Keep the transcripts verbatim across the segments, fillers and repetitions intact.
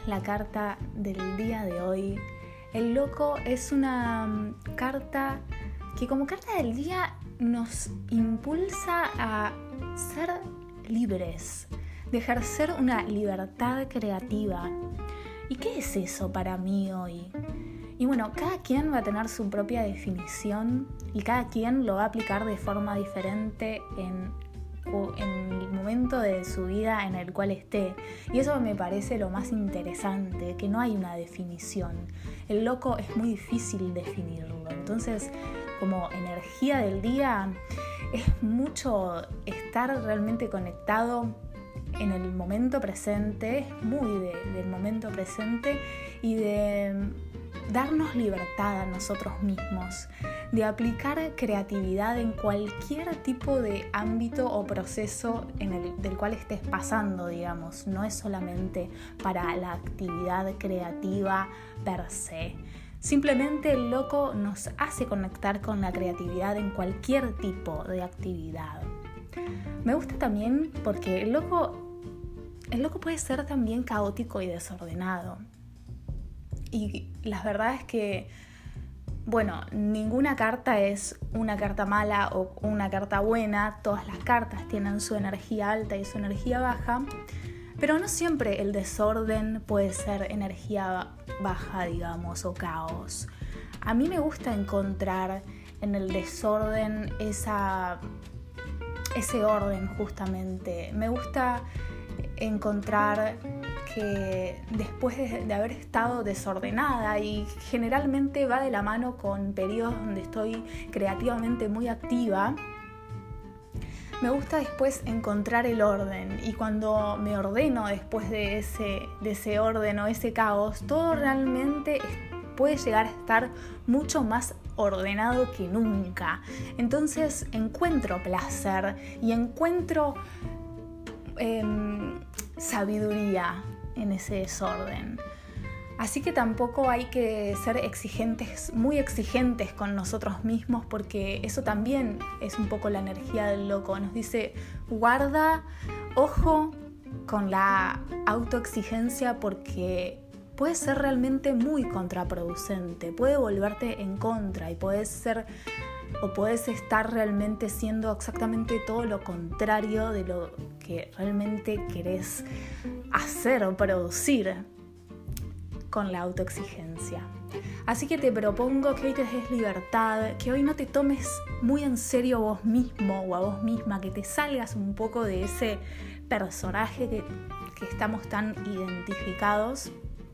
la carta del día de hoy. El loco es una um, carta que como carta del día nos impulsa a ser libres, de ejercer una libertad creativa. ¿Y qué es eso para mí hoy? Y bueno, cada quien va a tener su propia definición y cada quien lo va a aplicar de forma diferente en, en el momento de su vida en el cual esté. Y eso me parece lo más interesante, que no hay una definición. El loco es muy difícil definirlo. Entonces, como energía del día, es mucho estar realmente conectado en el momento presente, es muy de, del momento presente y de darnos libertad a nosotros mismos, de aplicar creatividad en cualquier tipo de ámbito o proceso en el, del cual estés pasando, digamos. No es solamente para la actividad creativa per se. Simplemente el loco nos hace conectar con la creatividad en cualquier tipo de actividad. Me gusta también porque el loco, el loco puede ser también caótico y desordenado. Y la verdad es que, bueno, ninguna carta es una carta mala o una carta buena. Todas las cartas tienen su energía alta y su energía baja. Pero no siempre el desorden puede ser energía baja, digamos, o caos. A mí me gusta encontrar en el desorden esa, ese orden justamente. Me gusta encontrar que después de, de haber estado desordenada, y generalmente va de la mano con periodos donde estoy creativamente muy activa, me gusta después encontrar el orden, y cuando me ordeno después de ese, de ese orden o ese caos, todo realmente puede llegar a estar mucho más ordenado que nunca. Entonces encuentro placer y encuentro eh, sabiduría en ese desorden. Así que tampoco hay que ser exigentes, muy exigentes con nosotros mismos, porque eso también es un poco la energía del loco. Nos dice, guarda, ojo con la autoexigencia, porque puede ser realmente muy contraproducente, puede volverte en contra y puedes ser o puedes estar realmente siendo exactamente todo lo contrario de lo que realmente querés hacer o producir con la autoexigencia. Así que te propongo que hoy te des libertad, que hoy no te tomes muy en serio a vos mismo o a vos misma, que te salgas un poco de ese personaje que, que estamos tan identificados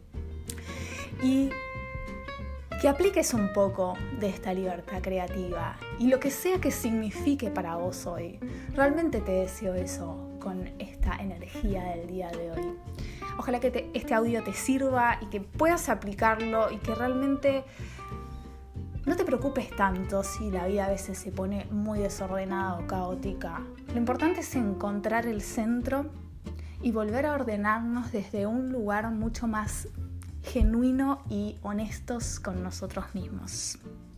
y que apliques un poco de esta libertad creativa y lo que sea que signifique para vos hoy. Realmente te deseo eso con esta energía del día de hoy. Ojalá que te, este audio te sirva y que puedas aplicarlo y que realmente no te preocupes tanto si la vida a veces se pone muy desordenada o caótica. Lo importante es encontrar el centro y volver a ordenarnos desde un lugar mucho más genuino y honestos con nosotros mismos.